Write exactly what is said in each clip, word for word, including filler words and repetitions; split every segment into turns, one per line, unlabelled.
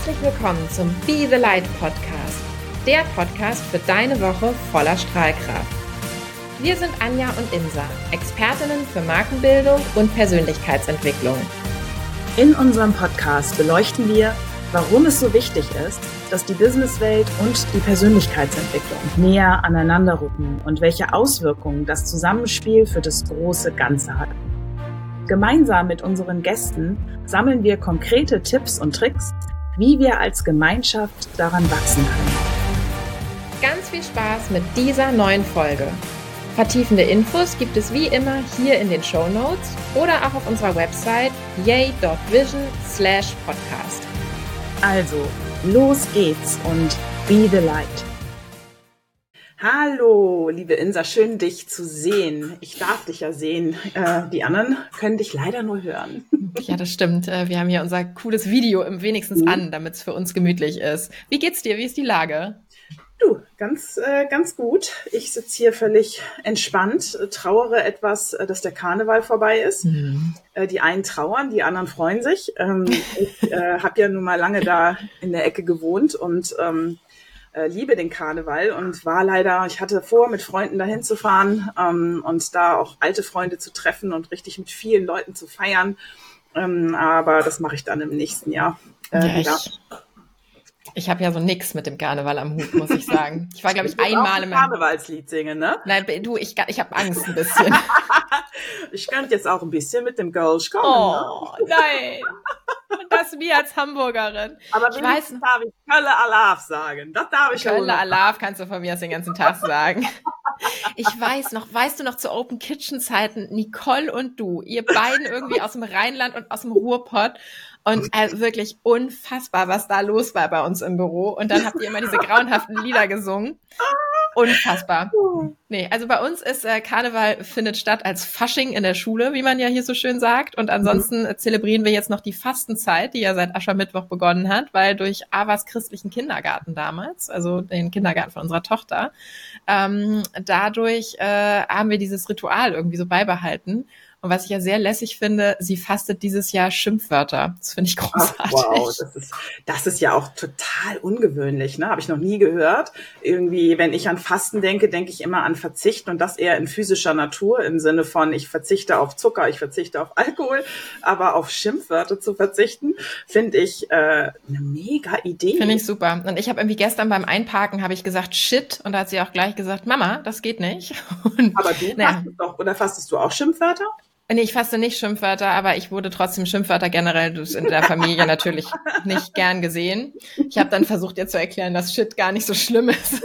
Herzlich willkommen zum Be the Light Podcast, der Podcast für deine Woche voller Strahlkraft. Wir sind Anja und Insa, Expertinnen für Markenbildung und Persönlichkeitsentwicklung.
In unserem Podcast beleuchten wir, warum es so wichtig ist, dass die Businesswelt und die Persönlichkeitsentwicklung näher aneinander rücken und welche Auswirkungen das Zusammenspiel für das große Ganze hat. Gemeinsam mit unseren Gästen sammeln wir konkrete Tipps und Tricks, wie wir als Gemeinschaft daran wachsen können.
Ganz viel Spaß mit dieser neuen Folge. Vertiefende Infos gibt es wie immer hier in den Shownotes oder auch auf unserer Website yay dot vision slash podcast.
Also, los geht's und be the light. Hallo, liebe Insa, schön dich zu sehen. Ich darf dich ja sehen. Äh, die anderen können dich leider nur hören.
Ja, das stimmt. Wir haben hier unser cooles Video im wenigstens mhm. an, damit es für uns gemütlich ist. Wie geht's dir? Wie ist die Lage?
Du, ganz, äh, ganz gut. Ich sitze hier völlig entspannt, trauere etwas, dass der Karneval vorbei ist. Mhm. Äh, die einen trauern, die anderen freuen sich. Ähm, ich äh, habe ja nun mal lange da in der Ecke gewohnt und ähm, äh, liebe den Karneval und war leider, ich hatte vor, mit Freunden dahin zu fahren ähm, und da auch alte Freunde zu treffen und richtig mit vielen Leuten zu feiern. Ähm, aber das mache ich dann im nächsten Jahr. Äh,
ja, ich ich habe ja so nix mit dem Karneval am Hut, muss ich sagen. Ich war, glaube ich,
ich
einmal
im Karnevalslied singen, ne?
Nein, du, ich, ich habe Angst ein bisschen.
Ich könnte jetzt auch ein bisschen mit dem Kölsch kommen.
Oh,
ne?
Nein. Und das mir als Hamburgerin.
Aber ich weiß, darf ich Kölle Alaf sagen. Das darf ich
Kölle Alaf kannst du von mir aus den ganzen Tag sagen. Ich weiß noch, weißt du noch zu Open Kitchen Zeiten, Nicole und du, ihr beiden irgendwie aus dem Rheinland und aus dem Ruhrpott und äh, wirklich unfassbar, was da los war bei uns im Büro und dann habt ihr immer diese grauenhaften Lieder gesungen. Unfassbar. Nee, also bei uns ist äh, Karneval findet statt als Fasching in der Schule, wie man ja hier so schön sagt. Und ansonsten äh, zelebrieren wir jetzt noch die Fastenzeit, die ja seit Aschermittwoch begonnen hat, weil durch Avas christlichen Kindergarten damals, also den Kindergarten von unserer Tochter, ähm, dadurch äh, haben wir dieses Ritual irgendwie so beibehalten. Und was ich ja sehr lässig finde, sie fastet dieses Jahr Schimpfwörter. Das finde ich großartig.
Ach, wow, das ist, das ist ja auch total ungewöhnlich, ne? Habe ich noch nie gehört. Irgendwie, wenn ich an Fasten denke, denke ich immer an Verzicht und das eher in physischer Natur, im Sinne von, ich verzichte auf Zucker, ich verzichte auf Alkohol, aber auf Schimpfwörter zu verzichten, finde ich äh, eine mega Idee.
Finde ich super. Und ich habe irgendwie gestern beim Einparken habe ich gesagt, shit, und da hat sie auch gleich gesagt, Mama, das geht nicht. Und,
aber du
naja.
fastest doch, oder fastest du auch Schimpfwörter?
Nee, ich fasse nicht Schimpfwörter, aber ich wurde trotzdem Schimpfwörter generell in der Familie natürlich nicht gern gesehen. Ich habe dann versucht, ihr zu erklären, dass Shit gar nicht so schlimm ist.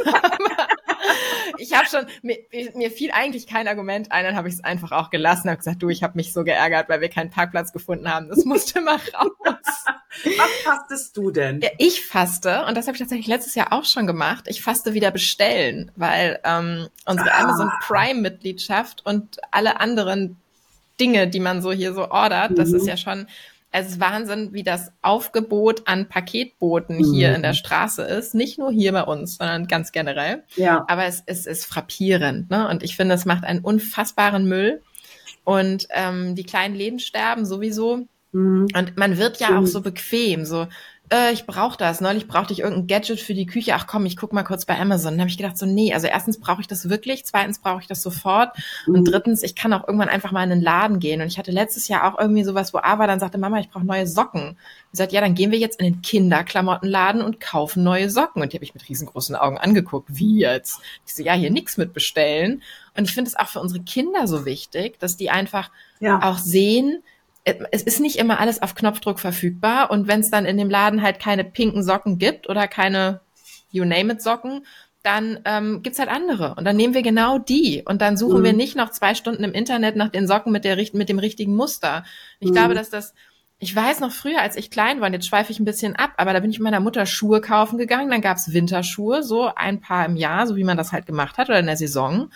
Ich habe schon, mir, mir fiel eigentlich kein Argument ein, dann habe ich es einfach auch gelassen, habe gesagt, du, ich habe mich so geärgert, weil wir keinen Parkplatz gefunden haben. Das musste mal raus.
Was fastest du denn?
Ja, ich faste, und das habe ich tatsächlich letztes Jahr auch schon gemacht, ich faste wieder bestellen, weil ähm, unsere ah. Amazon Prime-Mitgliedschaft und alle anderen Dinge, die man so hier so ordert, mhm. das ist ja schon, es ist Wahnsinn, wie das Aufgebot an Paketboten mhm. hier in der Straße ist. Nicht nur hier bei uns, sondern ganz generell.
Ja.
Aber es, es ist frappierend, ne? Und ich finde, es macht einen unfassbaren Müll. Und ähm, die kleinen Läden sterben sowieso. Mhm. Und man wird ja mhm. auch so bequem, so, äh, ich brauche das. Neulich brauchte ich irgendein Gadget für die Küche. Ach komm, ich guck mal kurz bei Amazon. Dann habe ich gedacht, so nee, also erstens brauche ich das wirklich, zweitens brauche ich das sofort mhm. und drittens, ich kann auch irgendwann einfach mal in den Laden gehen. Und ich hatte letztes Jahr auch irgendwie sowas, wo Ava dann sagte, Mama, ich brauche neue Socken. Ich sagte, ja, dann gehen wir jetzt in den Kinderklamottenladen und kaufen neue Socken. Und die habe ich mit riesengroßen Augen angeguckt. Wie jetzt? Ich so, ja, hier nichts mit bestellen. Und ich finde es auch für unsere Kinder so wichtig, dass die einfach ja. auch sehen, es ist nicht immer alles auf Knopfdruck verfügbar und wenn es dann in dem Laden halt keine pinken Socken gibt oder keine you name it Socken, dann ähm, gibt's halt andere und dann nehmen wir genau die und dann suchen mhm. wir nicht noch zwei Stunden im Internet nach den Socken mit der mit dem richtigen Muster. Ich mhm. glaube, dass das, ich weiß noch früher, als ich klein war, und jetzt schweife ich ein bisschen ab, aber da bin ich mit meiner Mutter Schuhe kaufen gegangen, dann gab's Winterschuhe, so ein Paar im Jahr, so wie man das halt gemacht hat oder in der Saison.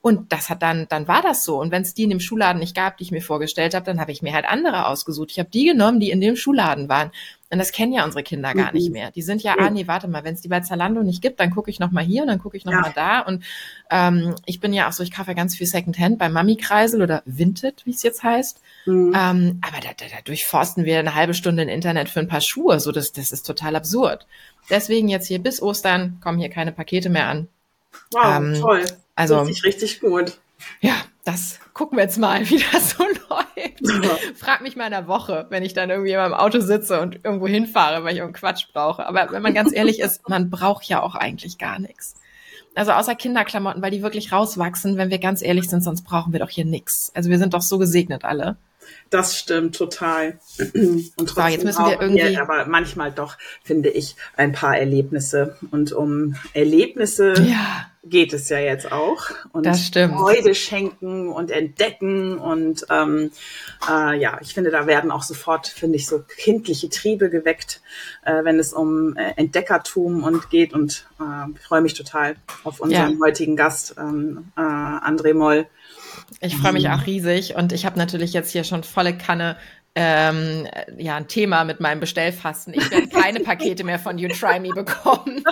Und das hat dann, dann war das so. Und wenn es die in dem Schuhladen nicht gab, die ich mir vorgestellt habe, dann habe ich mir halt andere ausgesucht. Ich habe die genommen, die in dem Schuhladen waren. Und das kennen ja unsere Kinder gar nicht mehr. Die sind ja, ah nee, warte mal, wenn es die bei Zalando nicht gibt, dann gucke ich noch mal hier und dann gucke ich noch ja. mal da. Und ähm, ich bin ja auch so, ich kaufe ja ganz viel Secondhand bei Mami-Kreisel oder Vinted, wie es jetzt heißt. Mhm. Ähm, aber da, da, da durchforsten wir eine halbe Stunde im Internet für ein paar Schuhe. So, das, das ist total absurd. Deswegen jetzt hier bis Ostern kommen hier keine Pakete mehr an.
Wow, ähm, toll. Also richtig, richtig gut.
Ja, das gucken wir jetzt mal, wie das so läuft. Ja. Frag mich mal in einer Woche, wenn ich dann irgendwie in meinem Auto sitze und irgendwo hinfahre, weil ich irgendeinen Quatsch brauche. Aber wenn man ganz ehrlich ist, man braucht ja auch eigentlich gar nichts. Also außer Kinderklamotten, weil die wirklich rauswachsen, wenn wir ganz ehrlich sind, sonst brauchen wir doch hier nichts. Also wir sind doch so gesegnet alle.
Das stimmt total. Und trotzdem so, jetzt müssen wir irgendwie, wir, aber manchmal doch, finde ich, ein paar Erlebnisse. Und um Erlebnisse ja. geht es ja jetzt auch. Und
das stimmt.
Freude schenken und entdecken. Und ähm, äh, ja, ich finde, da werden auch sofort, finde ich, so kindliche Triebe geweckt, äh, wenn es um äh, Entdeckertum und geht. Und äh, ich freue mich total auf unseren ja. heutigen Gast, ähm, äh, André Moll.
Ich freue mich auch riesig und ich habe natürlich jetzt hier schon volle Kanne ähm, ja ein Thema mit meinem Bestellfasten. Ich werde keine Pakete mehr von You Try Me bekommen.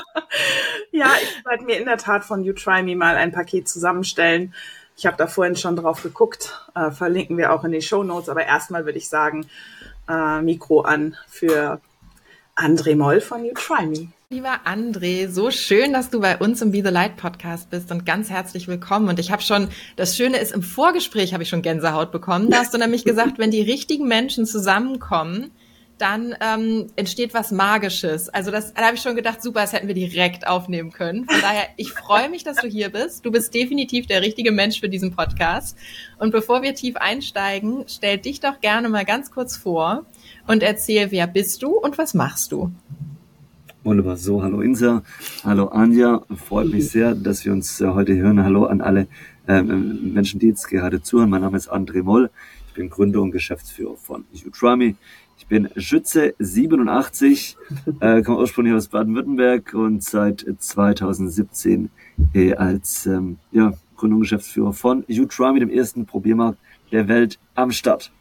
Ja, ich werde mir in der Tat von You Try Me mal ein Paket zusammenstellen. Ich habe da vorhin schon drauf geguckt, äh, verlinken wir auch in den Shownotes. Aber erstmal würde ich sagen, äh, Mikro an für André Moll von You Try Me.
Lieber André, so schön, dass du bei uns im Be the Light Podcast bist und ganz herzlich willkommen. Und ich habe schon, das Schöne ist, im Vorgespräch habe ich schon Gänsehaut bekommen. Da hast du nämlich gesagt, wenn die richtigen Menschen zusammenkommen, dann ähm, entsteht was Magisches. Also das, da habe ich schon gedacht, super, das hätten wir direkt aufnehmen können. Von daher, ich freue mich, dass du hier bist. Du bist definitiv der richtige Mensch für diesen Podcast. Und bevor wir tief einsteigen, stell dich doch gerne mal ganz kurz vor und erzähl, wer bist du und was machst du?
Wunderbar. So, hallo Insa, hallo Anja. Freut mich sehr, dass wir uns äh, heute hören. Hallo an alle äh, Menschen, die jetzt gerade zuhören. Mein Name ist André Moll. Ich bin Gründer und Geschäftsführer von You Try Me. Ich bin Schütze siebenundachtzig, äh, komme ursprünglich aus Baden-Württemberg und seit zweitausendsiebzehn äh, als ähm, ja, Gründer und Geschäftsführer von You Try Me, dem ersten Probiermarkt der Welt, am Start.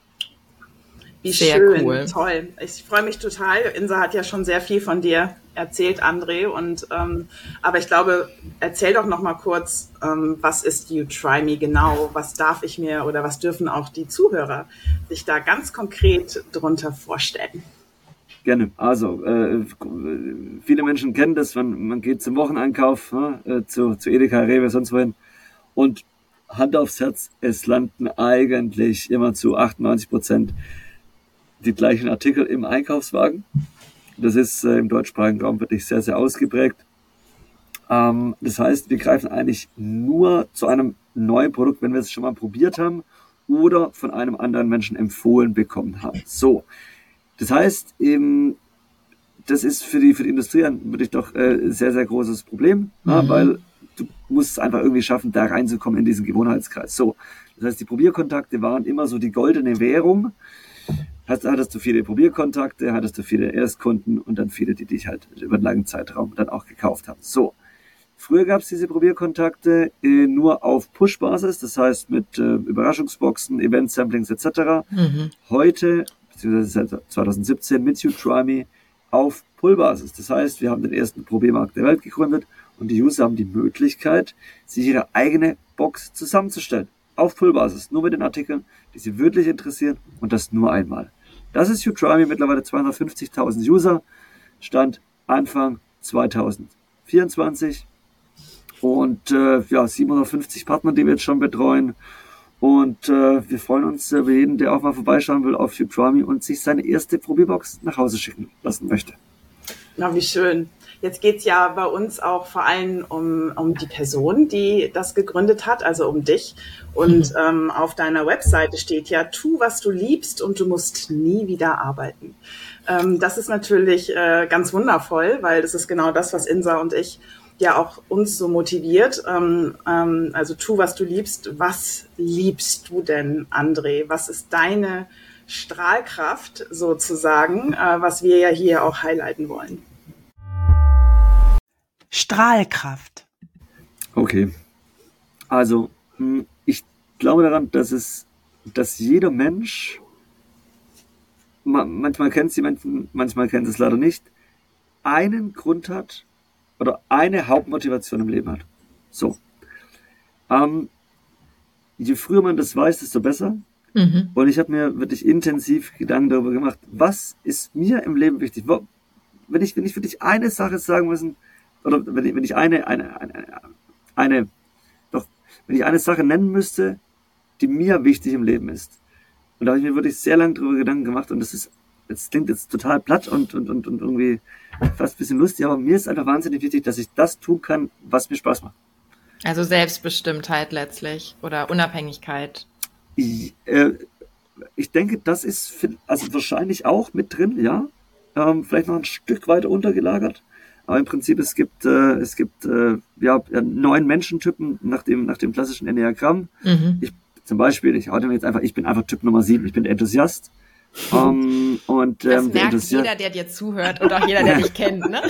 Wie sehr schön, cool. Toll. Ich freue mich total. Insa hat ja schon sehr viel von dir erzählt, André. Und ähm, aber ich glaube, erzähl doch noch mal kurz, ähm, was ist You Try Me genau? Was darf ich mir oder was dürfen auch die Zuhörer sich da ganz konkret drunter vorstellen?
Gerne. Also äh, viele Menschen kennen das, man, man geht zum Wocheneinkauf äh, zu, zu Edeka, Rewe, sonst wohin und Hand aufs Herz, es landen eigentlich immer zu achtundneunzig Prozent die gleichen Artikel im Einkaufswagen. Das ist äh, im deutschsprachigen Raum wirklich sehr, sehr ausgeprägt. Ähm, das heißt, wir greifen eigentlich nur zu einem neuen Produkt, wenn wir es schon mal probiert haben oder von einem anderen Menschen empfohlen bekommen haben. So, das heißt, eben, das ist für die, für die Industrie ein wirklich doch äh, sehr, sehr großes Problem, mhm. ja, weil du musst es einfach irgendwie schaffen, da reinzukommen in diesen Gewohnheitskreis. So, das heißt, die Probierkontakte waren immer so die goldene Währung. Hattest du viele Probierkontakte, hattest du viele Erstkunden und dann viele, die dich halt über einen langen Zeitraum dann auch gekauft haben. So, früher gab es diese Probierkontakte äh, nur auf Push-Basis, das heißt mit äh, Überraschungsboxen, Event-Samplings et cetera. Mhm. Heute, beziehungsweise seit zweitausendsiebzehn mit You Try Me, auf Pull-Basis. Das heißt, wir haben den ersten Probiermarkt der Welt gegründet und die User haben die Möglichkeit, sich ihre eigene Box zusammenzustellen. Auf Pull-Basis, nur mit den Artikeln, die sie wirklich interessieren und das nur einmal. Das ist You Try Me, mittlerweile zweihundertfünfzigtausend User, Stand Anfang zweitausendvierundzwanzig und äh, ja, siebenhundertfünfzig Partner, die wir jetzt schon betreuen und äh, wir freuen uns über jeden, der auch mal vorbeischauen will auf You Try Me und sich seine erste Probierbox nach Hause schicken lassen möchte.
Na, wie schön. Jetzt geht's ja bei uns auch vor allem um, um die Person, die das gegründet hat, also um dich. Und ähm, auf deiner Webseite steht ja, tu, was du liebst und du musst nie wieder arbeiten. Ähm, das ist natürlich äh, ganz wundervoll, weil das ist genau das, was Insa und ich ja auch uns so motiviert. Ähm, ähm, also tu, was du liebst. Was liebst du denn, André? Was ist deine Strahlkraft sozusagen, äh, was wir ja hier auch highlighten wollen?
Strahlkraft.
Okay, also Ich glaube daran, dass es, dass jeder Mensch, manchmal kennt es jemanden, manchmal kennt es leider nicht, einen Grund hat oder eine Hauptmotivation im Leben hat. So. Ähm, je früher man das weiß, desto besser. Mhm. Und ich habe mir wirklich intensiv Gedanken darüber gemacht, was ist mir im Leben wichtig? Wo, wenn ich, wenn ich wirklich eine Sache sagen müssen, oder wenn ich, wenn ich eine, eine, eine, eine, doch, wenn ich eine Sache nennen müsste, die mir wichtig im Leben ist. Und da habe ich mir wirklich sehr lange darüber Gedanken gemacht und das ist, das klingt jetzt total platt und, und, und, und irgendwie fast ein bisschen lustig, aber mir ist einfach wahnsinnig wichtig, dass ich das tun kann, was mir Spaß macht.
Also Selbstbestimmtheit letztlich oder Unabhängigkeit.
Ich, äh, ich denke, das ist für, also wahrscheinlich auch mit drin, ja. Ähm, vielleicht noch ein Stück weiter untergelagert. Aber im Prinzip, es gibt, äh, es gibt äh, ja, neun Menschentypen nach dem, nach dem klassischen Enneagramm. Mhm. Ich, zum Beispiel, ich hau dir jetzt einfach, ich bin einfach Typ Nummer sieben, ich bin Enthusiast. Um, und,
das
ähm,
merkt jeder, der dir zuhört und auch jeder, der dich kennt, ne?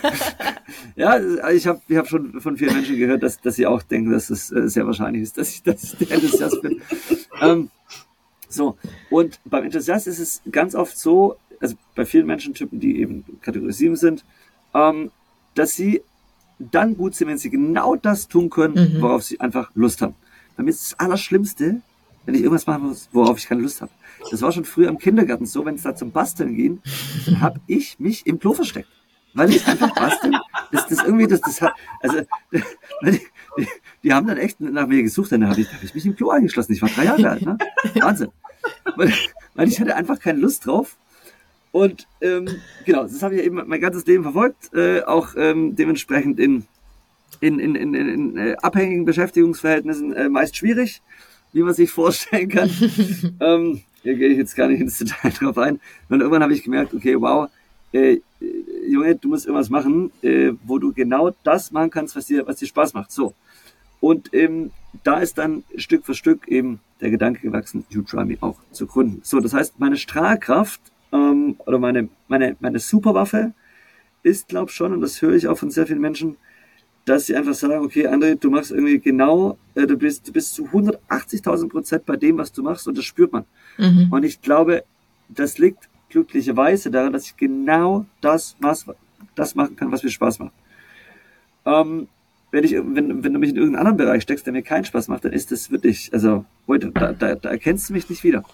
Ja, ich habe ich hab schon von vielen Menschen gehört, dass, dass sie auch denken, dass es äh, sehr wahrscheinlich ist, dass ich, dass ich der Enthusiast bin. ähm, so, und beim Enthusiast ist es ganz oft so, also bei vielen Menschentypen, die eben Kategorie sieben sind, ähm, dass sie dann gut sind, wenn sie genau das tun können, mhm. worauf sie einfach Lust haben. Bei mir ist das Allerschlimmste, wenn ich irgendwas machen muss, worauf ich keine Lust habe. Das war schon früher im Kindergarten so, wenn es da zum Basteln ging, dann habe ich mich im Klo versteckt. Weil ich einfach basteln, das, das irgendwie, das, das hat, also, die, die, die haben dann echt nach mir gesucht, dann habe ich, hab ich mich im Klo eingeschlossen. Ich war drei Jahre alt, ne? Wahnsinn. Weil, weil ich hatte einfach keine Lust drauf. Und, ähm, genau, das habe ich eben mein ganzes Leben verfolgt, äh, auch, ähm, dementsprechend in, in, in, in, in, in äh, abhängigen Beschäftigungsverhältnissen, äh, meist schwierig, wie man sich vorstellen kann. ähm, hier gehe ich jetzt gar nicht ins Detail drauf ein. Und irgendwann habe ich gemerkt, okay, wow, äh, Junge, du musst irgendwas machen, äh, wo du genau das machen kannst, was dir, was dir Spaß macht. So. Und ähm, da ist dann Stück für Stück eben der Gedanke gewachsen, You Try Me auch zu gründen. So, das heißt, meine Strahlkraft ähm, oder meine, meine, meine Superwaffe ist, glaube ich schon, und das höre ich auch von sehr vielen Menschen, dass sie einfach sagen, okay, André, du machst irgendwie genau, äh, du bist, du bist zu hundertachtzigtausend Prozent bei dem, was du machst, und das spürt man. Mhm. Und ich glaube, das liegt glücklicherweise daran, dass ich genau das, was, das machen kann, was mir Spaß macht. Ähm, wenn, ich, wenn, wenn du mich in irgendeinen anderen Bereich steckst, der mir keinen Spaß macht, dann ist das wirklich, also heute, da, da, da erkennst du mich nicht wieder.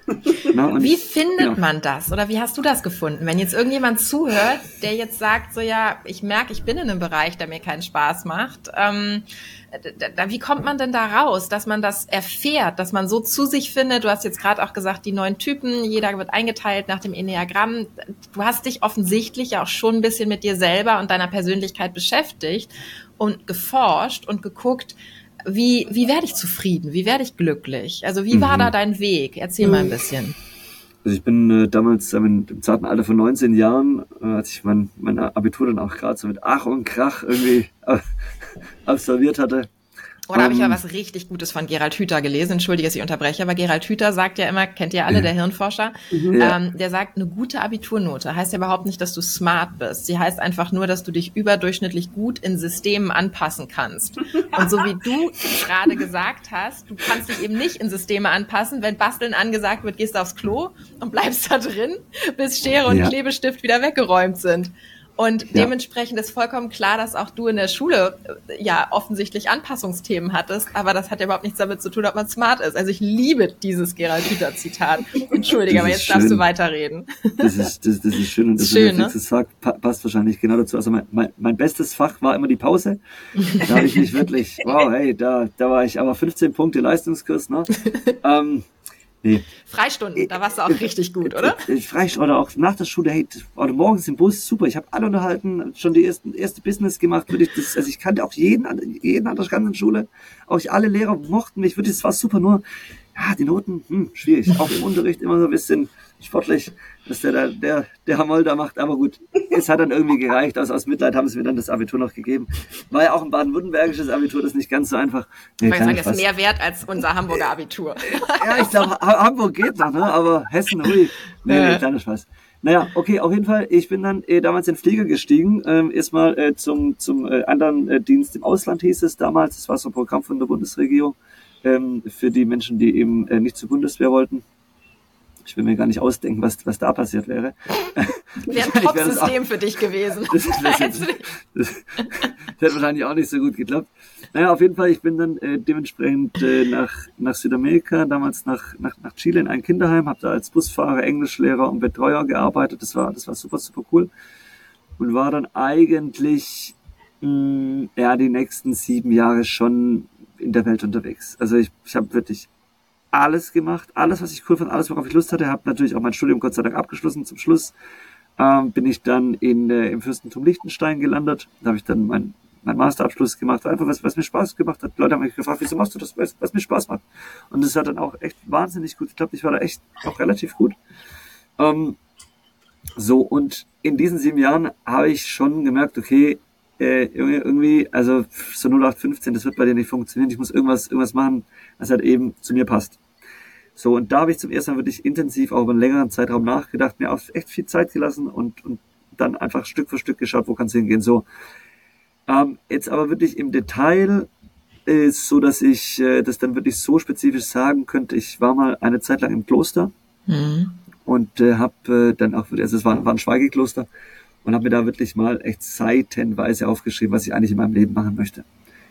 Na, wie ich, findet genau. man das? Oder wie hast du das gefunden? Wenn jetzt irgendjemand zuhört, der jetzt sagt, so ja, ich merke, ich bin in einem Bereich, der mir keinen Spaß macht, ähm, da, da, wie kommt man denn da raus, dass man das erfährt, dass man so zu sich findet? Du hast jetzt gerade auch gesagt, die neuen Typen, jeder wird eingeteilt nach dem Enneagramm. Du hast dich offensichtlich ja auch schon ein bisschen mit dir selber und deiner Persönlichkeit beschäftigt und geforscht und geguckt, Wie, wie werde ich zufrieden? Wie werde ich glücklich? Also wie mhm. war da dein Weg? Erzähl mal ein bisschen.
Also ich bin äh, damals äh, im zarten Alter von neunzehn Jahren, äh, als ich mein, mein Abitur dann auch gerade so mit Ach und Krach irgendwie äh, absolviert hatte.
Oh, da habe ich ja was richtig Gutes von Gerald Hüther gelesen. Entschuldige, dass ich unterbreche, aber Gerald Hüther sagt ja immer, kennt ihr alle, ja. der Hirnforscher, ja. ähm, der sagt, eine gute Abiturnote heißt ja überhaupt nicht, dass du smart bist. Sie heißt einfach nur, dass du dich überdurchschnittlich gut in Systemen anpassen kannst. Und so wie du gerade gesagt hast, du kannst dich eben nicht in Systeme anpassen. Wenn Basteln angesagt wird, gehst du aufs Klo und bleibst da drin, bis Schere und ja. Klebestift wieder weggeräumt sind. Und ja. dementsprechend ist vollkommen klar, dass auch du in der Schule ja offensichtlich Anpassungsthemen hattest, aber das hat ja überhaupt nichts damit zu tun, ob man smart ist. Also ich liebe dieses Gerald Hüther Zitat. Entschuldige, aber jetzt schön. Darfst du weiterreden.
Das ist, das, das ist schön und das, das schön, was du ne? sagst, passt wahrscheinlich genau dazu. Also mein, mein, mein bestes Fach war immer die Pause. Da habe ich mich wirklich, wow, hey, da, da war ich aber fünfzehn Punkte Leistungskurs, ne? ähm, Nee.
Freistunden, da warst du auch richtig gut, oder?
Freistunden, oder auch nach der Schule, hey, oder morgens im Bus, super, ich habe alle unterhalten, schon die ersten, erste Business gemacht, würde ich das, also ich kannte auch jeden, jeden an der ganzen Schule, auch alle Lehrer mochten mich, wirklich, das war super, nur, ja, die Noten, hm, schwierig, auch im Unterricht immer so ein bisschen sportlich, dass der, der, der Herr Moll da macht, aber gut, es hat dann irgendwie gereicht, aus, aus Mitleid haben sie mir dann das Abitur noch gegeben, war ja auch ein baden-württembergisches Abitur, das ist nicht ganz so einfach.
Nee, ich sagen, das ist mehr wert als unser Hamburger Abitur.
Ja, ich glaube, Hamburg geht noch, ne, aber Hessen, hui, nee, nee, kleiner Spaß. Naja, okay, auf jeden Fall, ich bin dann äh, damals in den Flieger gestiegen, ähm, erstmal äh, zum, zum äh, anderen äh, Dienst im Ausland hieß es damals, das war so ein Programm von der Bundesregierung, ähm, für die Menschen, die eben äh, nicht zur Bundeswehr wollten. Ich will mir gar nicht ausdenken, was, was da passiert wäre.
Wäre ein Top-System für dich gewesen.
Das, das, das, das, das, das hätte wahrscheinlich auch nicht so gut geklappt. Naja, auf jeden Fall, ich bin dann äh, dementsprechend äh, nach, nach Südamerika, damals nach, nach, nach Chile in ein Kinderheim, habe da als Busfahrer, Englischlehrer und Betreuer gearbeitet. Das war, das war super, super cool. Und war dann eigentlich mh, ja die nächsten sieben Jahre schon in der Welt unterwegs. Also ich, ich habe wirklich alles gemacht, alles, was ich cool fand, alles, worauf ich Lust hatte. Habe natürlich auch mein Studium Gott sei Dank abgeschlossen. Zum Schluss ähm, bin ich dann in, äh, im Fürstentum Liechtenstein gelandet. Da habe ich dann mein, mein Masterabschluss gemacht. Einfach was, was mir Spaß gemacht hat. Die Leute haben mich gefragt, wieso machst du das, was, was mir Spaß macht. Und das hat dann auch echt wahnsinnig gut geklappt. Ich war da echt auch relativ gut. Ähm, so, und in diesen sieben Jahren habe ich schon gemerkt, okay, äh, irgendwie, also so null acht fünfzehn, das wird bei dir nicht funktionieren. Ich muss irgendwas, irgendwas machen, was halt eben zu mir passt. So, und da habe ich zum ersten Mal wirklich intensiv auch über einen längeren Zeitraum nachgedacht, mir auch echt viel Zeit gelassen und, und dann einfach Stück für Stück geschaut, wo kann es hingehen. So, ähm, jetzt aber wirklich im Detail, äh, so dass ich äh, das dann wirklich so spezifisch sagen könnte. Ich war mal eine Zeit lang im Kloster mhm. und äh, habe äh, dann auch, also es war, war ein Schweigekloster und habe mir da wirklich mal echt seitenweise aufgeschrieben, was ich eigentlich in meinem Leben machen möchte.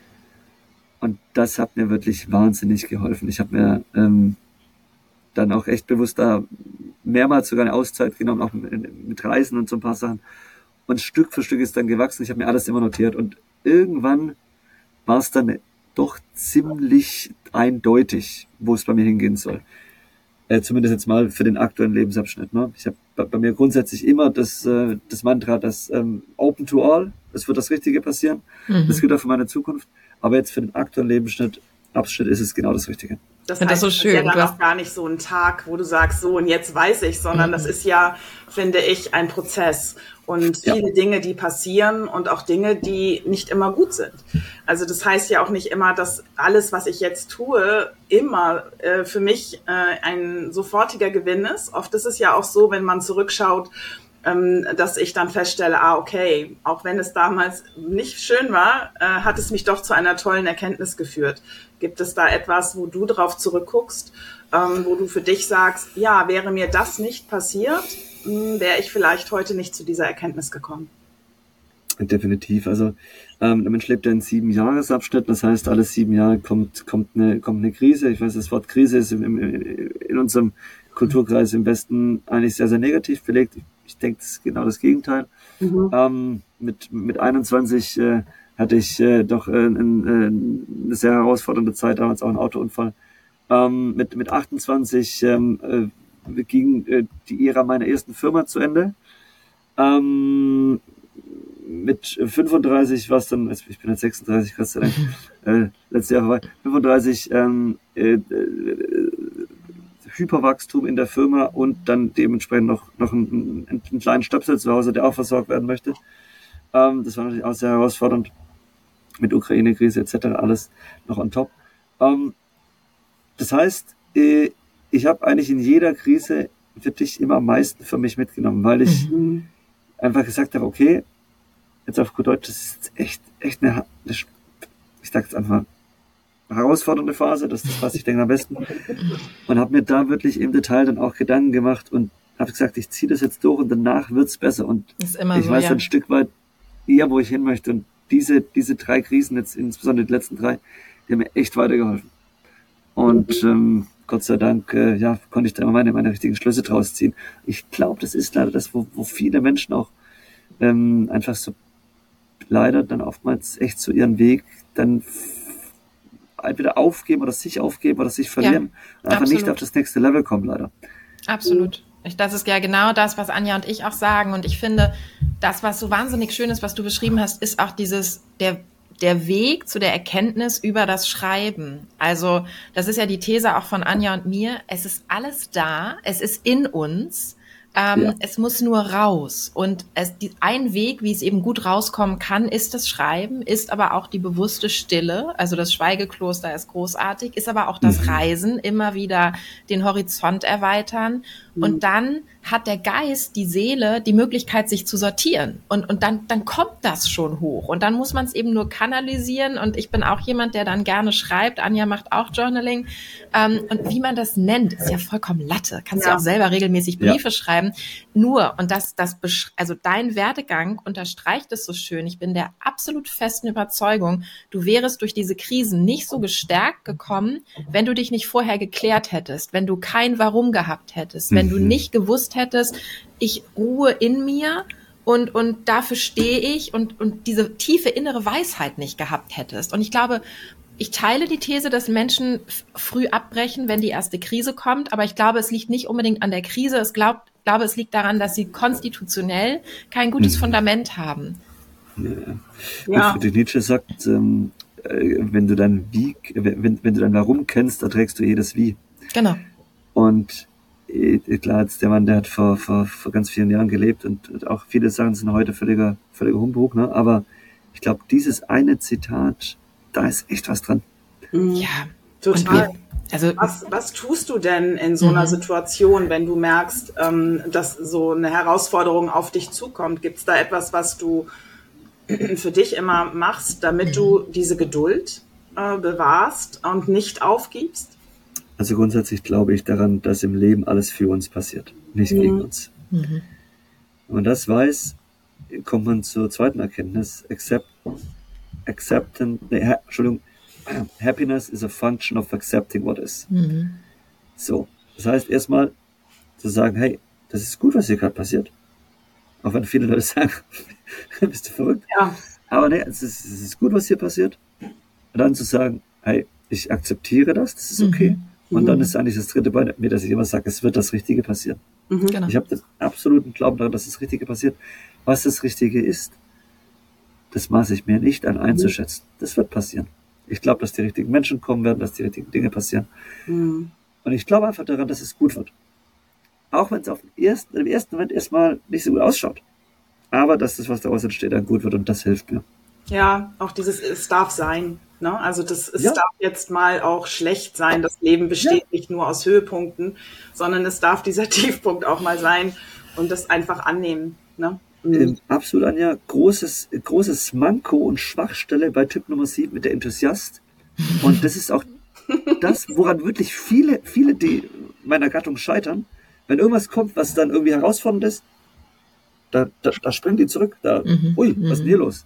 Und das hat mir wirklich wahnsinnig geholfen. Ich habe mir ähm, dann auch echt bewusst da mehrmals sogar eine Auszeit genommen, auch mit, mit Reisen und so ein paar Sachen. Und Stück für Stück ist dann gewachsen. Ich habe mir alles immer notiert. Und irgendwann war es dann doch ziemlich eindeutig, wo es bei mir hingehen soll. Äh, zumindest jetzt mal für den aktuellen Lebensabschnitt. Ne? Ich habe bei, bei mir grundsätzlich immer das, äh, das Mantra, das ähm, Open to All, es wird das Richtige passieren. Mhm. Das gilt auch für meine Zukunft. Aber jetzt für den aktuellen Lebensschnitt, Abschnitt ist es genau das Richtige.
Das heißt, das so schön. Ist ja dann auch gar nicht so ein Tag, wo du sagst, so und jetzt weiß ich, sondern mhm. das ist ja, finde ich, ein Prozess und viele ja. Dinge, die passieren und auch Dinge, die nicht immer gut sind. Also das heißt ja auch nicht immer, dass alles, was ich jetzt tue, immer äh, für mich äh, ein sofortiger Gewinn ist. Oft ist es ja auch so, wenn man zurückschaut, ähm, dass ich dann feststelle, ah, okay, auch wenn es damals nicht schön war, äh, hat es mich doch zu einer tollen Erkenntnis geführt. Gibt es da etwas, wo du drauf zurückguckst, ähm, wo du für dich sagst, ja, wäre mir das nicht passiert, mh, wäre ich vielleicht heute nicht zu dieser Erkenntnis gekommen?
Definitiv. Also ähm, der Mensch lebt ja in sieben Jahresabschnitten, das heißt, alle sieben Jahre kommt kommt eine kommt eine Krise. Ich weiß, das Wort Krise ist im, im, in unserem Kulturkreis im Westen eigentlich sehr, sehr negativ belegt. Ich denke, das ist genau das Gegenteil. Mhm. Ähm, mit mit einundzwanzig äh, hatte ich äh, doch äh, ein, äh, eine sehr herausfordernde Zeit, damals auch ein Autounfall. Ähm, mit mit achtundzwanzig ähm, äh, ging äh, die Ära meiner ersten Firma zu Ende. Ähm, mit fünfunddreißig war es dann, ich bin jetzt sechsunddreißig, Gott sei Dank, äh, letztes Jahr vorbei, fünfunddreißig ähm, äh, äh, Hyperwachstum in der Firma und dann dementsprechend noch, noch einen, einen kleinen Stöpsel zu Hause, der auch versorgt werden möchte. Ähm, das war natürlich auch sehr herausfordernd mit Ukraine-Krise et cetera, alles noch on top. Ähm, das heißt, äh, ich habe eigentlich in jeder Krise wirklich immer am meisten für mich mitgenommen, weil ich mhm. einfach gesagt habe, okay, jetzt auf gut Deutsch, das ist echt, echt eine, eine ich sag jetzt einfach, herausfordernde Phase, das ist das, was ich denke am besten. Und habe mir da wirklich im Detail dann auch Gedanken gemacht und habe gesagt, ich ziehe das jetzt durch und danach wird's besser. Und ich so, weiß ja. ein Stück weit eher, wo ich hin möchte. Und diese, diese drei Krisen, jetzt insbesondere die letzten drei, die haben mir echt weitergeholfen. Und ähm, Gott sei Dank, äh, ja, konnte ich da immer meine, meine richtigen Schlüsse draus ziehen. Ich glaube, das ist leider das, wo, wo viele Menschen auch ähm, einfach so leider dann oftmals echt zu ihren Weg dann entweder aufgeben oder sich aufgeben oder sich verlieren ja, und einfach absolut. Nicht auf das nächste Level kommen, leider.
Absolut. Ich, das ist ja genau das, was Anja und ich auch sagen. Und ich finde, das, was so wahnsinnig schön ist, was du beschrieben hast, ist auch dieses, der, der Weg zu der Erkenntnis über das Schreiben. Also, das ist ja die These auch von Anja und mir. Es ist alles da. Es ist in uns. Ähm, ja. Es muss nur raus. Und es, die, ein Weg, wie es eben gut rauskommen kann, ist das Schreiben, ist aber auch die bewusste Stille. Also das Schweigekloster ist großartig, ist aber auch das mhm. Reisen, immer wieder den Horizont erweitern mhm. und dann hat der Geist, die Seele, die Möglichkeit, sich zu sortieren. Und, und dann, dann kommt das schon hoch. Und dann muss man es eben nur kanalisieren. Und ich bin auch jemand, der dann gerne schreibt. Anja macht auch Journaling. Ähm, und wie man das nennt, ist ja vollkommen Latte. Kannst ja auch selber regelmäßig Briefe ja. schreiben. Nur, und das, das, also dein Werdegang unterstreicht es so schön. Ich bin der absolut festen Überzeugung, du wärest durch diese Krisen nicht so gestärkt gekommen, wenn du dich nicht vorher geklärt hättest, wenn du kein Warum gehabt hättest, wenn mhm. du nicht gewusst hättest, ich ruhe in mir und, und dafür stehe ich und, und diese tiefe innere Weisheit nicht gehabt hättest. Und ich glaube, ich teile die These, dass Menschen f- früh abbrechen, wenn die erste Krise kommt, aber ich glaube, es liegt nicht unbedingt an der Krise, ich glaube, glaube, es liegt daran, dass sie konstitutionell kein gutes mhm. Fundament haben.
Ja. Ja. Friedrich Nietzsche sagt, ähm, wenn du dein Wie, wenn, wenn du dein Warum kennst, erträgst du jedes Wie.
Genau.
Und klar, jetzt der Mann, der hat vor, vor, vor ganz vielen Jahren gelebt und, und auch viele Sachen sind heute völliger, völliger Humbug, ne? Aber ich glaube, dieses eine Zitat, da ist echt was dran.
Ja,
total. Also, was, was tust du denn in so einer mhm. Situation, wenn du merkst, ähm, dass so eine Herausforderung auf dich zukommt? Gibt es da etwas, was du für dich immer machst, damit mhm. du diese Geduld äh, bewahrst und nicht aufgibst?
Also grundsätzlich glaube ich daran, dass im Leben alles für uns passiert, nicht mhm. gegen uns. Mhm. Wenn man das weiß, kommt man zur zweiten Erkenntnis. Accept, acceptance, nee, ha, Entschuldigung, Happiness is a function of accepting what is. Mhm. So, das heißt erstmal zu sagen, hey, das ist gut, was hier gerade passiert. Auch wenn viele Leute sagen, bist du verrückt?
Ja.
Aber nee, es ist, es ist gut, was hier passiert. Und dann zu sagen, hey, ich akzeptiere das, das ist okay. Mhm. Und dann ist eigentlich das dritte bei mir, dass ich immer sage, es wird das Richtige passieren. Mhm, genau. Ich habe den absoluten Glauben daran, dass das Richtige passiert. Was das Richtige ist, das maße ich mir nicht an einzuschätzen. Das wird passieren. Ich glaube, dass die richtigen Menschen kommen werden, dass die richtigen Dinge passieren. Mhm. Und ich glaube einfach daran, dass es gut wird. Auch wenn es auf den ersten, im ersten Moment erstmal nicht so gut ausschaut. Aber dass das, was daraus entsteht, dann gut wird und das hilft mir.
Ja, auch dieses, es darf sein. Ne? Also das, es ja. darf jetzt mal auch schlecht sein. Das Leben besteht ja. nicht nur aus Höhepunkten, sondern es darf dieser Tiefpunkt auch mal sein und das einfach annehmen. Ne?
Mhm. Ähm, absolut, Anja. Großes, großes Manko und Schwachstelle bei Tipp Nummer sieben mit der Enthusiast. Und das ist auch das, woran wirklich viele, viele die meiner Gattung scheitern. Wenn irgendwas kommt, was dann irgendwie herausfordernd ist, da, da, da springen die zurück. Da, mhm. Ui, was ist denn hier los?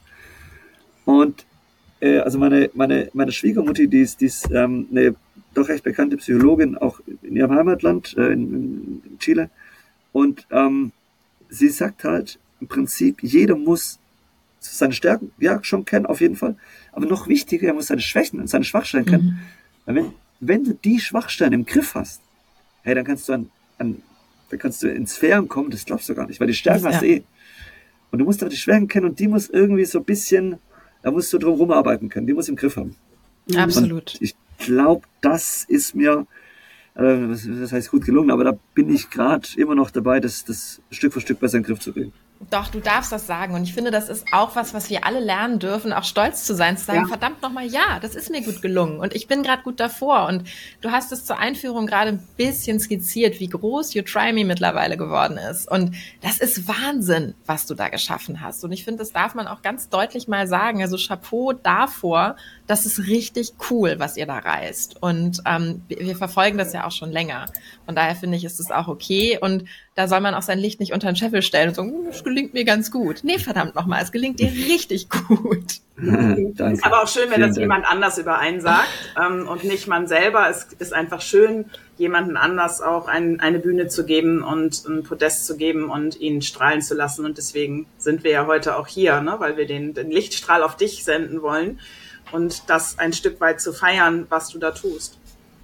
Und äh, also meine, meine, meine Schwiegermutti, die ist, die ist ähm, eine doch recht bekannte Psychologin, auch in ihrem Heimatland, äh, in, in Chile. Und ähm, sie sagt halt im Prinzip, jeder muss seine Stärken, ja, schon kennen, auf jeden Fall. Aber noch wichtiger, er muss seine Schwächen und seine Schwachstellen kennen. Mhm. Weil wenn, wenn du die Schwachstellen im Griff hast, hey, dann kannst du an, an dann kannst du in Sphären kommen, das glaubst du gar nicht, weil die Stärken ja. hast du eh. Und du musst aber die Schwächen kennen und die muss irgendwie so ein bisschen, da musst du drum rumarbeiten können, die muss im Griff haben.
Absolut.
Und ich glaube, das ist mir, äh, das heißt gut gelungen, aber da bin ich gerade immer noch dabei, das, das Stück für Stück besser in den Griff zu kriegen.
Doch, du darfst das sagen. Und ich finde, das ist auch was, was wir alle lernen dürfen, auch stolz zu sein, zu sagen, ja. verdammt nochmal, ja, das ist mir gut gelungen und ich bin gerade gut davor. Und du hast es zur Einführung gerade ein bisschen skizziert, wie groß You Try Me mittlerweile geworden ist. Und das ist Wahnsinn, was du da geschaffen hast. Und ich finde, das darf man auch ganz deutlich mal sagen. Also Chapeau davor, das ist richtig cool, was ihr da reißt. Und ähm, wir verfolgen das ja auch schon länger. Von daher finde ich, ist es auch okay. Und da soll man auch sein Licht nicht unter den Scheffel stellen und sagen, es gelingt mir ganz gut. Nee, verdammt nochmal, es gelingt dir richtig gut.
Ist aber auch schön, wenn das jemand anders über einen sagt ähm, und nicht man selber. Es ist einfach schön, jemanden anders auch ein, eine Bühne zu geben und ein Podest zu geben und ihn strahlen zu lassen. Und deswegen sind wir ja heute auch hier, ne? Weil wir den, den Lichtstrahl auf dich senden wollen und das ein Stück weit zu feiern, was du da tust.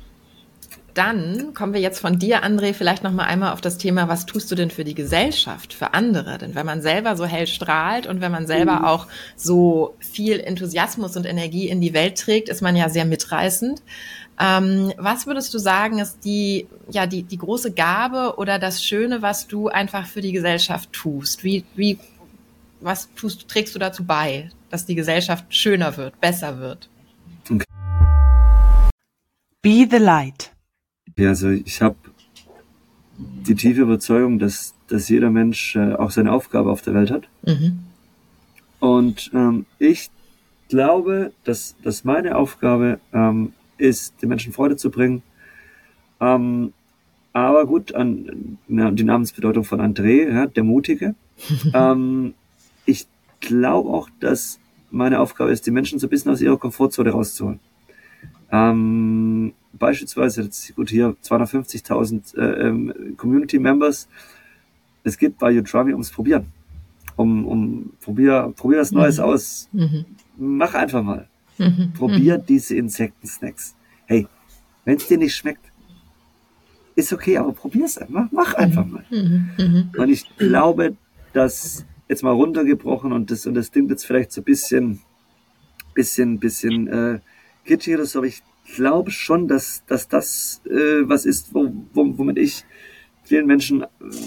Dann kommen wir jetzt von dir, André, vielleicht noch mal einmal auf das Thema, was tust du denn für die Gesellschaft, für andere? Denn wenn man selber so hell strahlt und wenn man selber mhm. auch so viel Enthusiasmus und Energie in die Welt trägt, ist man ja sehr mitreißend. Ähm, was würdest du sagen, ist die, ja, die, die große Gabe oder das Schöne, was du einfach für die Gesellschaft tust? Wie, wie, was tust, trägst du dazu bei, dass die Gesellschaft schöner wird, besser wird?
Okay. Be the light.
Ja, also ich habe die tiefe Überzeugung, dass, dass jeder Mensch äh, auch seine Aufgabe auf der Welt hat. Mhm. Und ähm, ich glaube, dass, dass meine Aufgabe ähm, ist, den Menschen Freude zu bringen. Ähm, aber gut, an, na, die Namensbedeutung von André, ja, der Mutige. ähm, ich glaube auch, dass meine Aufgabe ist, die Menschen so ein bisschen aus ihrer Komfortzone rauszuholen. Ähm, beispielsweise, jetzt, gut, hier zweihundertfünfzigtausend äh, ähm, Community-Members. Es geht bei Utrami ums Probieren. Um, um, probier, probier was Neues mhm. aus. Mhm. Mach einfach mal. Mhm. Probier mhm. diese Insekten-Snacks. Hey, wenn es dir nicht schmeckt, ist okay, aber probier's einfach. Mach einfach mal. Mhm. Mhm. Und ich glaube, dass jetzt mal runtergebrochen und das, und das klingt jetzt vielleicht so ein bisschen, bisschen, bisschen, äh, kitschig oder so, aber ich glaube schon, dass, dass das, äh, was ist, wo, wo, womit ich vielen Menschen, äh,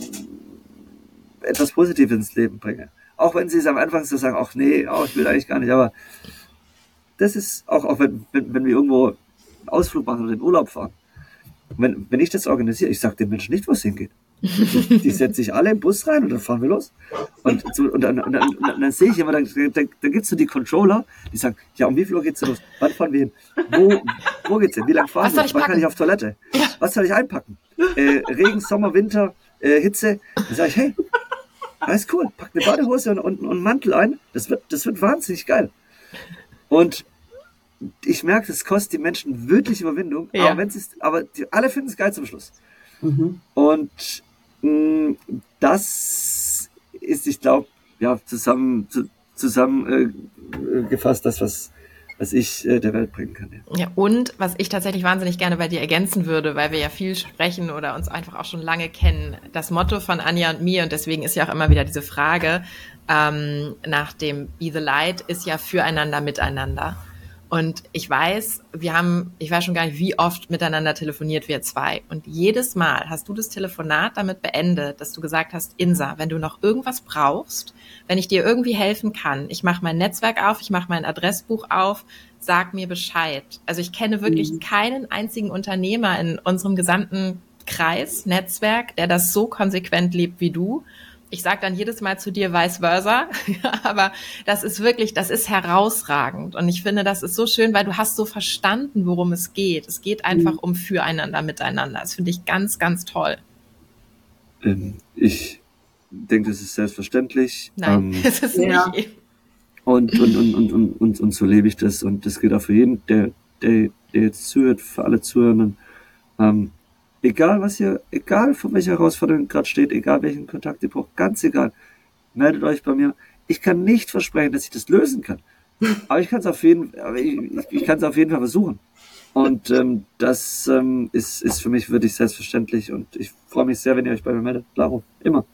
etwas Positives ins Leben bringe. Auch wenn sie es am Anfang so sagen, ach nee, oh, ich will eigentlich gar nicht, aber das ist auch, auch wenn, wenn, wenn wir irgendwo einen Ausflug machen oder in Urlaub fahren. Wenn, wenn ich das organisiere, ich sage den Menschen nicht, wo es hingeht. Die, die setzen sich alle im Bus rein und dann fahren wir los. Und, und, und, dann, und, dann, und dann, dann sehe ich immer, dann, dann, dann gibt es so die Controller, die sagen, ja, um wie viel Uhr geht's denn los? Wann fahren wir hin? Wo, wo geht's hin? Wie lange fahren wir? Wann kann ich auf Toilette? Ja. Was soll ich einpacken? Äh, Regen, Sommer, Winter, äh, Hitze. Dann sage ich, hey, alles cool, pack eine Badehose und, und, und einen Mantel ein. Das wird, das wird wahnsinnig geil. Und ich merke, das kostet die Menschen wirklich Überwindung, ja. aber, wenn's ist, aber die, alle finden es geil zum Schluss. Mhm. Und mh, das ist, ich glaube, ja, zusammen, zu, zusammen äh, gefasst das, was, was ich äh, der Welt bringen kann. Ja.
ja, und was ich tatsächlich wahnsinnig gerne bei dir ergänzen würde, weil wir ja viel sprechen oder uns einfach auch schon lange kennen, das Motto von Anja und mir, und deswegen ist ja auch immer wieder diese Frage ähm, nach dem Be the Light, ist ja füreinander, miteinander. Und ich weiß, wir haben, ich weiß schon gar nicht, wie oft miteinander telefoniert wir zwei. Und jedes Mal hast du das Telefonat damit beendet, dass du gesagt hast, Insa, wenn du noch irgendwas brauchst, wenn ich dir irgendwie helfen kann, ich mache mein Netzwerk auf, ich mache mein Adressbuch auf, sag mir Bescheid. Also ich kenne wirklich mhm. keinen einzigen Unternehmer in unserem gesamten Kreis, Netzwerk, der das so konsequent lebt wie du. Ich sage dann jedes Mal zu dir vice versa, aber das ist wirklich, das ist herausragend. Und ich finde, das ist so schön, weil du hast so verstanden, worum es geht. Es geht einfach um füreinander, miteinander. Das finde ich ganz, ganz toll.
Ähm, ich denke, das ist selbstverständlich.
Nein, ähm, das ist
ja.
nicht.
Und, und, und, und, und, und, und so lebe ich das. Und das gilt auch für jeden, der, der, der jetzt zuhört, für alle Zuhörenden. Ähm, Egal, was ihr, egal von welcher Herausforderung gerade steht, egal welchen Kontakt ihr braucht, ganz egal, meldet euch bei mir. Ich kann nicht versprechen, dass ich das lösen kann. Aber ich kann es auf jeden, aber ich, ich kann es auf jeden Fall versuchen. Und ähm, das ähm, ist, ist für mich wirklich selbstverständlich. Und ich freue mich sehr, wenn ihr euch bei mir meldet. Klaro, immer.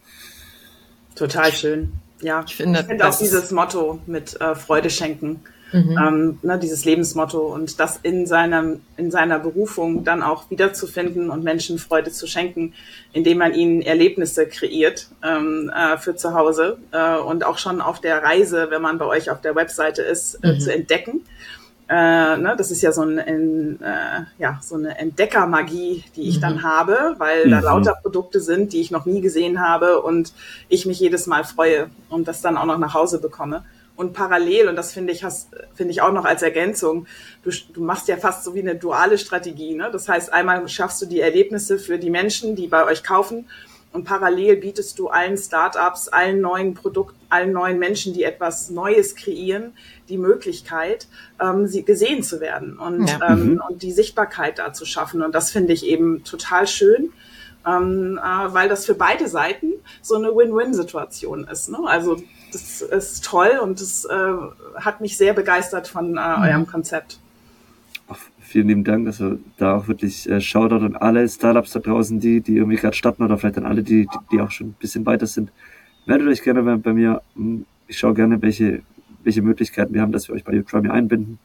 Total schön. Ja,
ich finde,
ich finde auch dieses Motto mit äh, Freude schenken. Mhm. Ähm, ne, dieses Lebensmotto und das in seinem, in seiner Berufung dann auch wiederzufinden und Menschen Freude zu schenken, indem man ihnen Erlebnisse kreiert ähm, äh, für zu Hause äh, und auch schon auf der Reise, wenn man bei euch auf der Webseite ist, äh, mhm. zu entdecken. Äh, ne, das ist ja so, ein, ein, äh, ja, so eine Entdeckermagie, die ich mhm. dann habe, weil mhm. da lauter Produkte sind, die ich noch nie gesehen habe und ich mich jedes Mal freue und das dann auch noch nach Hause bekomme. Und parallel, und das finde ich, hast, finde ich auch noch als Ergänzung, du, du machst ja fast so wie eine duale Strategie, ne? Das heißt, einmal schaffst du die Erlebnisse für die Menschen, die bei euch kaufen, und parallel bietest du allen Startups, allen neuen Produkten, allen neuen Menschen, die etwas Neues kreieren, die Möglichkeit, ähm, sie gesehen zu werden und, ja. ähm, mhm. und die Sichtbarkeit da zu schaffen. Und das finde ich eben total schön. Ähm, äh, weil das für beide Seiten so eine Win-Win-Situation ist. Ne? Also das ist toll und das äh, hat mich sehr begeistert von äh, mhm. eurem Konzept.
Ach, vielen lieben Dank. Also da auch wirklich äh, Shoutout an alle Startups da draußen, die die irgendwie gerade starten oder vielleicht an alle, die, die die auch schon ein bisschen weiter sind. Meldet euch gerne bei, bei mir. Ich schaue gerne, welche welche Möglichkeiten wir haben, dass wir euch bei Utrami einbinden.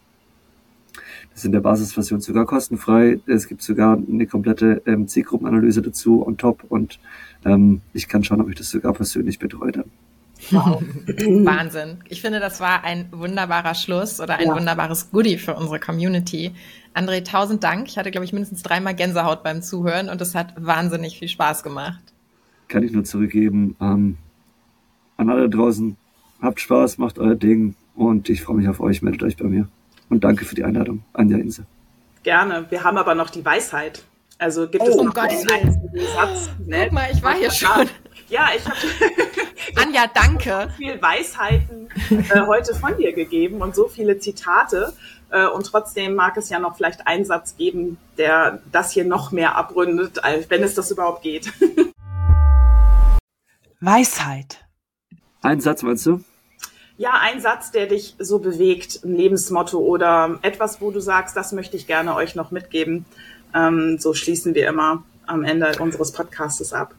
Das ist in der Basisversion sogar kostenfrei. Es gibt sogar eine komplette ähm, Zielgruppenanalyse dazu on top und ähm, ich kann schauen, ob ich das sogar persönlich betreue dann.
Wow.
Wahnsinn. Ich finde, das war ein wunderbarer Schluss oder ein ja. wunderbares Goodie für unsere Community. André, tausend Dank. Ich hatte, glaube ich, mindestens dreimal Gänsehaut beim Zuhören und es hat wahnsinnig viel Spaß gemacht.
Kann ich nur zurückgeben. Ähm, an alle draußen, habt Spaß, macht euer Ding und ich freue mich auf euch. Meldet euch bei mir. Und danke für die Einladung, Anja Inse.
Gerne. Wir haben aber noch die Weisheit. Also gibt
oh,
es noch
um einen
einzigen Satz. Ne?
Guck mal, ich war hier schon.
Ja, ich habe
Anja, danke.
so viele Weisheiten äh, heute von dir gegeben und so viele Zitate. Äh, und trotzdem mag es ja noch vielleicht einen Satz geben, der das hier noch mehr abrundet, als wenn es das überhaupt geht. Weisheit.
Ein Satz meinst du?
Ja, ein Satz, der dich so bewegt, ein Lebensmotto oder etwas, wo du sagst, das möchte ich gerne euch noch mitgeben. Ähm, so schließen wir immer am Ende unseres Podcastes ab.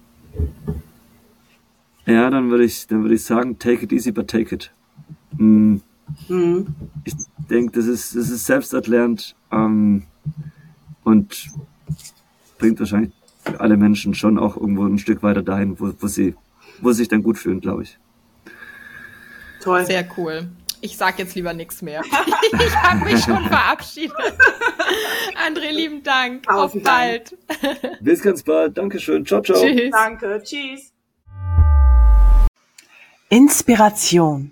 Ja, dann würde ich, dann würde ich sagen, take it easy, but take it. Hm. Mhm. Ich denke, das ist, das ist selbsterklärend ähm, und bringt wahrscheinlich für alle Menschen schon auch irgendwo ein Stück weiter dahin, wo, wo sie, wo sie sich dann gut fühlen, glaube ich.
Toll. Sehr cool. Ich sag jetzt lieber nichts mehr. Ich habe mich schon verabschiedet. André, lieben Dank. Auf, Auf bald.
Bis ganz bald. Dankeschön. Ciao, ciao.
Tschüss. Danke. Tschüss. Inspiration.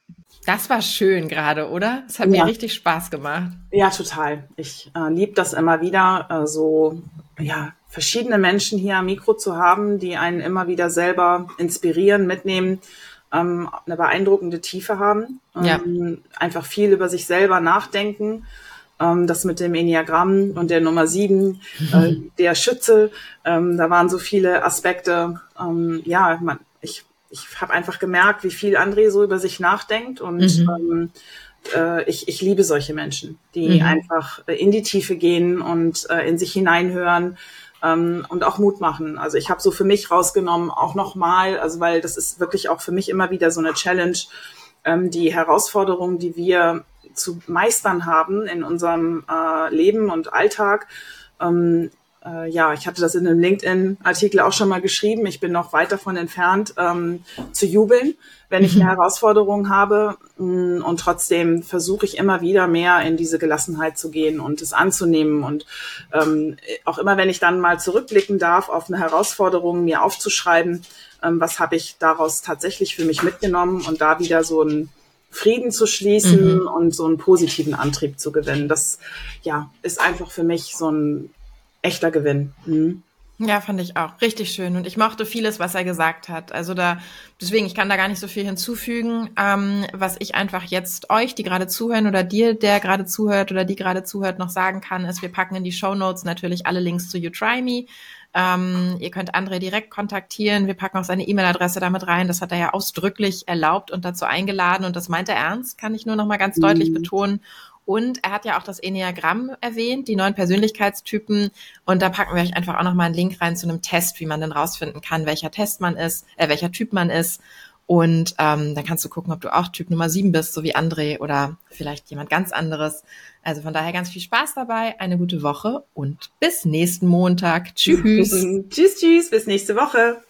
Das war schön gerade, oder? Es hat ja. mir richtig Spaß gemacht.
Ja, total. Ich äh, liebe das immer wieder, äh, so ja verschiedene Menschen hier am Mikro zu haben, die einen immer wieder selber inspirieren, mitnehmen, ähm, eine beeindruckende Tiefe haben, ähm, ja. einfach viel über sich selber nachdenken. Ähm, das mit dem Enneagramm und der Nummer sieben, äh, der Schütze, ähm, da waren so viele Aspekte. Ähm, ja, man, ich Ich habe einfach gemerkt, wie viel André so über sich nachdenkt und mhm. ähm, äh, ich, ich liebe solche Menschen, die mhm. einfach äh, in die Tiefe gehen und äh, in sich hineinhören ähm, und auch Mut machen. Also ich habe so für mich rausgenommen, auch nochmal, also weil das ist wirklich auch für mich immer wieder so eine Challenge, ähm, die Herausforderungen, die wir zu meistern haben in unserem äh, Leben und Alltag. Ähm, Äh, ja, ich hatte das in einem LinkedIn-Artikel auch schon mal geschrieben. Ich bin noch weit davon entfernt, ähm, zu jubeln, wenn ich eine Herausforderung habe. Und trotzdem versuche ich immer wieder mehr in diese Gelassenheit zu gehen und es anzunehmen. Und ähm, auch immer, wenn ich dann mal zurückblicken darf auf eine Herausforderung, mir aufzuschreiben, ähm, was habe ich daraus tatsächlich für mich mitgenommen und da wieder so einen Frieden zu schließen mhm. und so einen positiven Antrieb zu gewinnen. Das ja ist einfach für mich so ein echter Gewinn. Mhm.
Ja, fand ich auch. Richtig schön. Und ich mochte vieles, was er gesagt hat. Also da, deswegen, ich kann da gar nicht so viel hinzufügen. Ähm, was ich einfach jetzt euch, die gerade zuhören oder dir, der gerade zuhört oder die gerade zuhört, noch sagen kann, ist, wir packen in die Shownotes natürlich alle Links zu You Try Me. Ähm, ihr könnt André direkt kontaktieren. Wir packen auch seine E-Mail-Adresse damit rein. Das hat er ja ausdrücklich erlaubt und dazu eingeladen. Und das meint er ernst, kann ich nur noch mal ganz mhm. deutlich betonen. Und er hat ja auch das Enneagramm erwähnt, die neuen Persönlichkeitstypen. Und da packen wir euch einfach auch nochmal einen Link rein zu einem Test, wie man dann rausfinden kann, welcher Test man ist, äh, welcher Typ man ist. Und ähm, dann kannst du gucken, ob du auch Typ Nummer sieben bist, so wie André oder vielleicht jemand ganz anderes. Also von daher ganz viel Spaß dabei, eine gute Woche und bis nächsten Montag. Tschüss.
Tschüss, tschüss, bis nächste Woche.